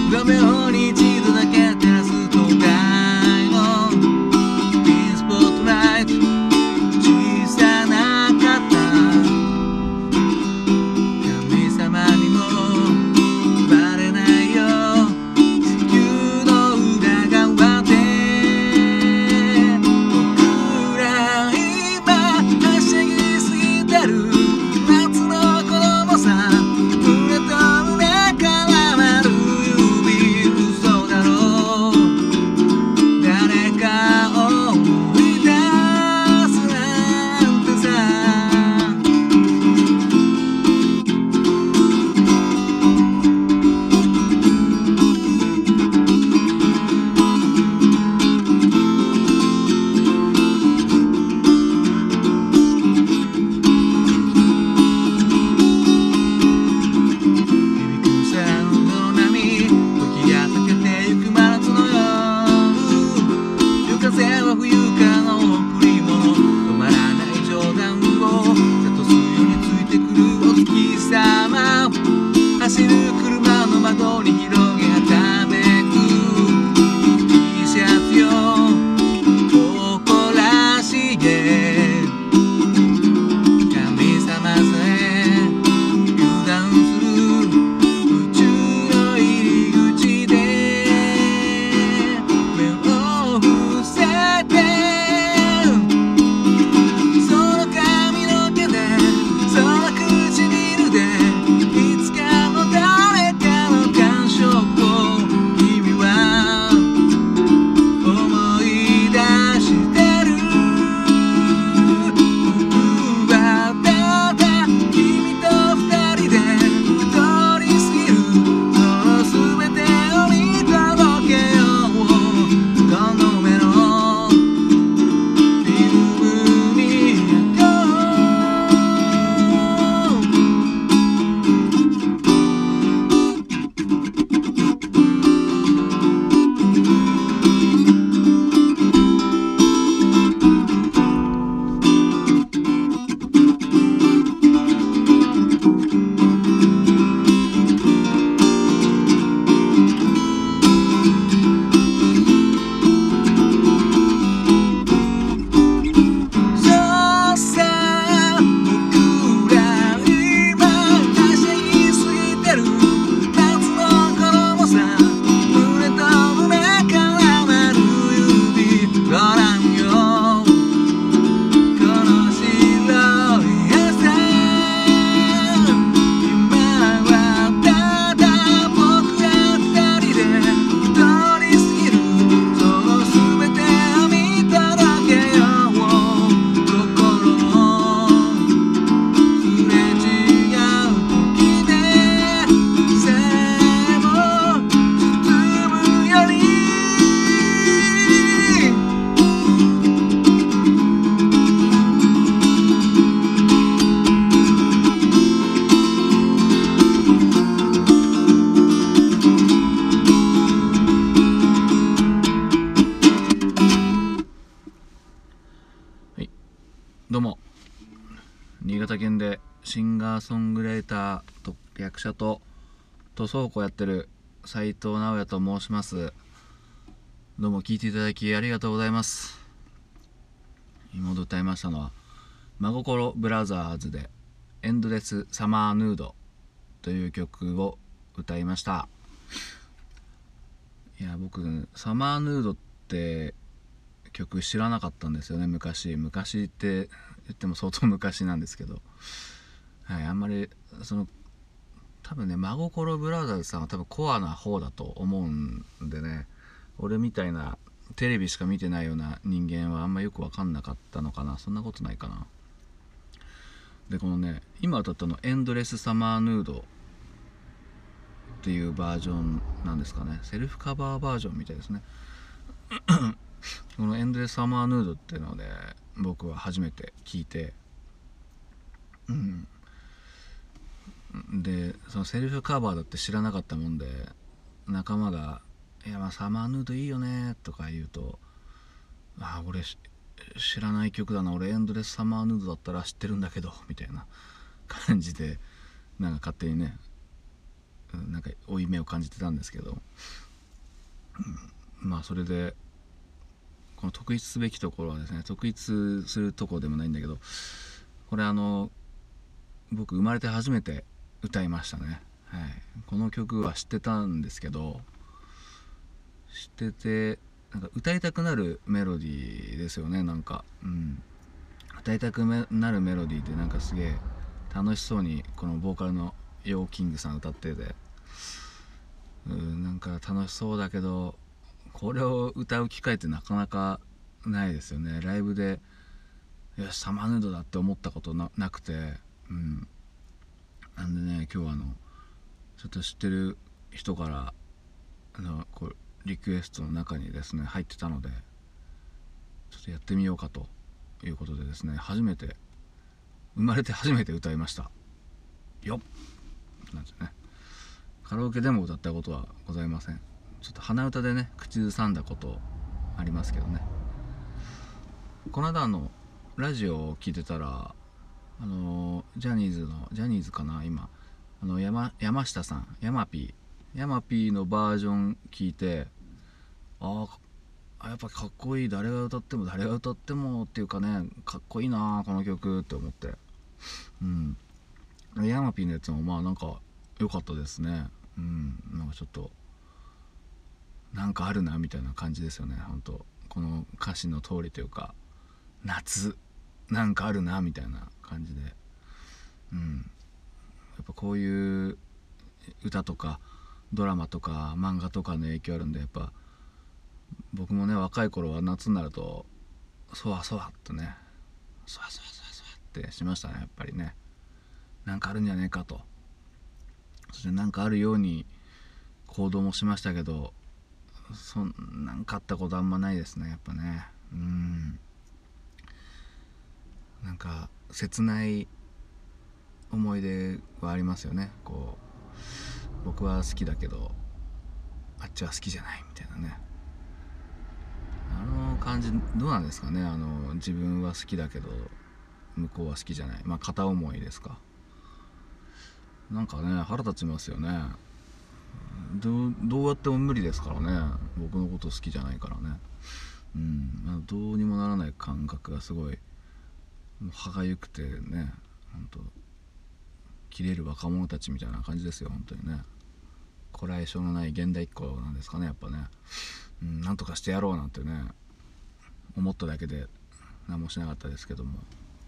5秒に一度だけ照らす都会のピンスポットライト、小さな肩、神様にもバレないよ、地球の裏側で僕ら今はしゃぎすぎてる夏の子供さ、胸と胸絡まる指、嘘だろう、誰かを思い出すなんてさ。響くサウンドの波、時が溶けてゆく真夏の夜、夜風は冬からの贈り物、止まらない冗談を諭すようについてくるお月様、走る車の窓に広げはためく T シャツよ、誇らしげ、神様さえ油断する宇宙の入り口で目を伏せて、その髪の毛でその唇でいつかの誰かの感触を君は思い出してる。僕はただ君と二人で通り過ぎるその全てを見届けよう、この目のフィルムに焼こそうさ、僕ら今はしゃぎすぎてる夏の子供さ、胸と胸絡まる指、ご覧よ、この白い朝、今はただ僕ら二人で通り過ぎるその全てを見届けよう、心のすれ違う時でさえも包むより、はい、どうも、新潟県でシンガーソングライターと役者と塗装工やってる斉藤直也と申します。どうも聞いていただきありがとうございます。今歌いましたのは真心ブラザーズでエンドレスサマーヌードという曲を歌いました。いや、僕サマーヌードって曲知らなかったんですよね。昔って言っても相当昔なんですけど、はい、あんまり多分ね、真心ブラザーズさんは多分コアな方だと思うんでね、俺みたいなテレビしか見てないような人間はあんまよく分かんなかったのかな。そんなことないかな。で、このね、今歌ったのエンドレスサマーヌードっていうバージョンなんですかね。セルフカバーバージョンみたいですね。このエンドレスサマーヌードっていうので僕は初めて聞いて、でそのセルフカバーだって知らなかったもんで、仲間が「いや、まあサマーヌードいいよね」とか言うと「ああ、俺知らない曲だな、俺エンドレスサマーヌードだったら知ってるんだけど」みたいな感じでなんか勝手にねなんか負い目を感じてたんですけど、まあそれでこの特筆すべきところはですね、特筆するところでもないんだけど、これ僕生まれて初めて歌いましたね。はい、この曲は知ってたんですけど、知っててなんか歌いたくなるメロディーですよね。なんか、歌いたくなるメロディーってなんかすげえ楽しそうにこのボーカルのヨーキングさん歌ってて、なんか楽しそうだけど、これを歌う機会ってなかなかないですよね。ライブでよしサマーヌードだって思ったことなくて、なんでね、今日はちょっと知ってる人からこうリクエストの中にですね入ってたので、ちょっとやってみようかということでですね、生まれて初めて歌いましたよっなんですよね。カラオケでも歌ったことはございません。ちょっと鼻歌でね口ずさんだことありますけどね。この間ラジオを聞いてたらジャニーズかな今山下さんヤマピーのバージョン聞いて、やっぱかっこいい、誰が歌ってもっていうかね、かっこいいなこの曲って思って、ヤマピーのやつもまあなんか良かったですね。なんかちょっとなんかあるなみたいな感じですよね。本当この歌詞の通りというか、夏なんかあるなみたいな感じで、やっぱこういう歌とかドラマとか漫画とかの影響あるんで、やっぱ僕もね若い頃は夏になるとそわそわっとねそわってしましたね。やっぱりね、なんかあるんじゃねえかと、そしてなんかあるように行動もしましたけど、なんかあったことあんまないですね。やっぱね、なんか切ない思い出はありますよね。こう僕は好きだけどあっちは好きじゃないみたいなね、感じどうなんですかね。自分は好きだけど向こうは好きじゃない、片思いですか。なんかね腹立ちますよね。どうやっても無理ですからね、僕のこと好きじゃないからね。どうにもならない感覚がすごい歯がゆくてね、本当切れる若者たちみたいな感じですよ本当にね。こらえ性のない現代っ子なんですかねやっぱね。なんとかしてやろうなんてね思っただけで何もしなかったですけども、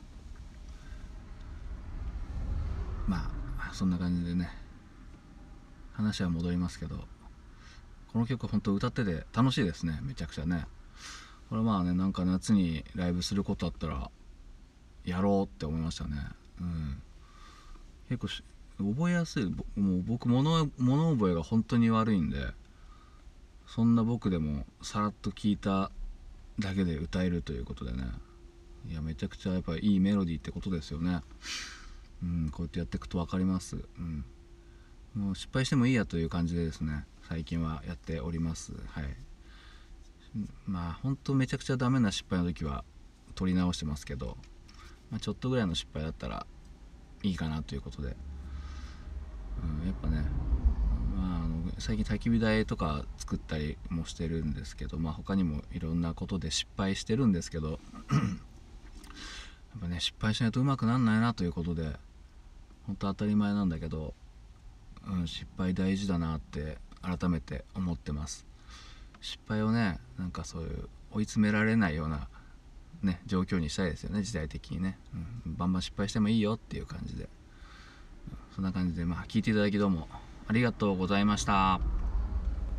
そんな感じでね、話は戻りますけど、この曲本当歌ってて楽しいですね、めちゃくちゃね。これなんか夏にライブすることあったらやろうって思いましたね。結構覚えやすい。もう僕物覚えが本当に悪いんで、そんな僕でもさらっと聞いただけで歌えるということでね、いやめちゃくちゃやっぱりいいメロディーってことですよね。こうやってやっていくと分かります。もう失敗してもいいやという感じでですね最近はやっております。はい。本当めちゃくちゃダメな失敗の時は取り直してますけど、ちょっとぐらいの失敗だったらいいかなということで、やっぱね、最近焚き火台とか作ったりもしてるんですけど、他にもいろんなことで失敗してるんですけどやっぱね失敗しないとうまくなんないなということで、本当当たり前なんだけど、失敗大事だなって改めて思ってます。失敗をねなんかそういう追い詰められないようなね状況にしたいですよね、時代的にね。バンバン失敗してもいいよっていう感じで、そんな感じで聞いていただきどうもありがとうございました。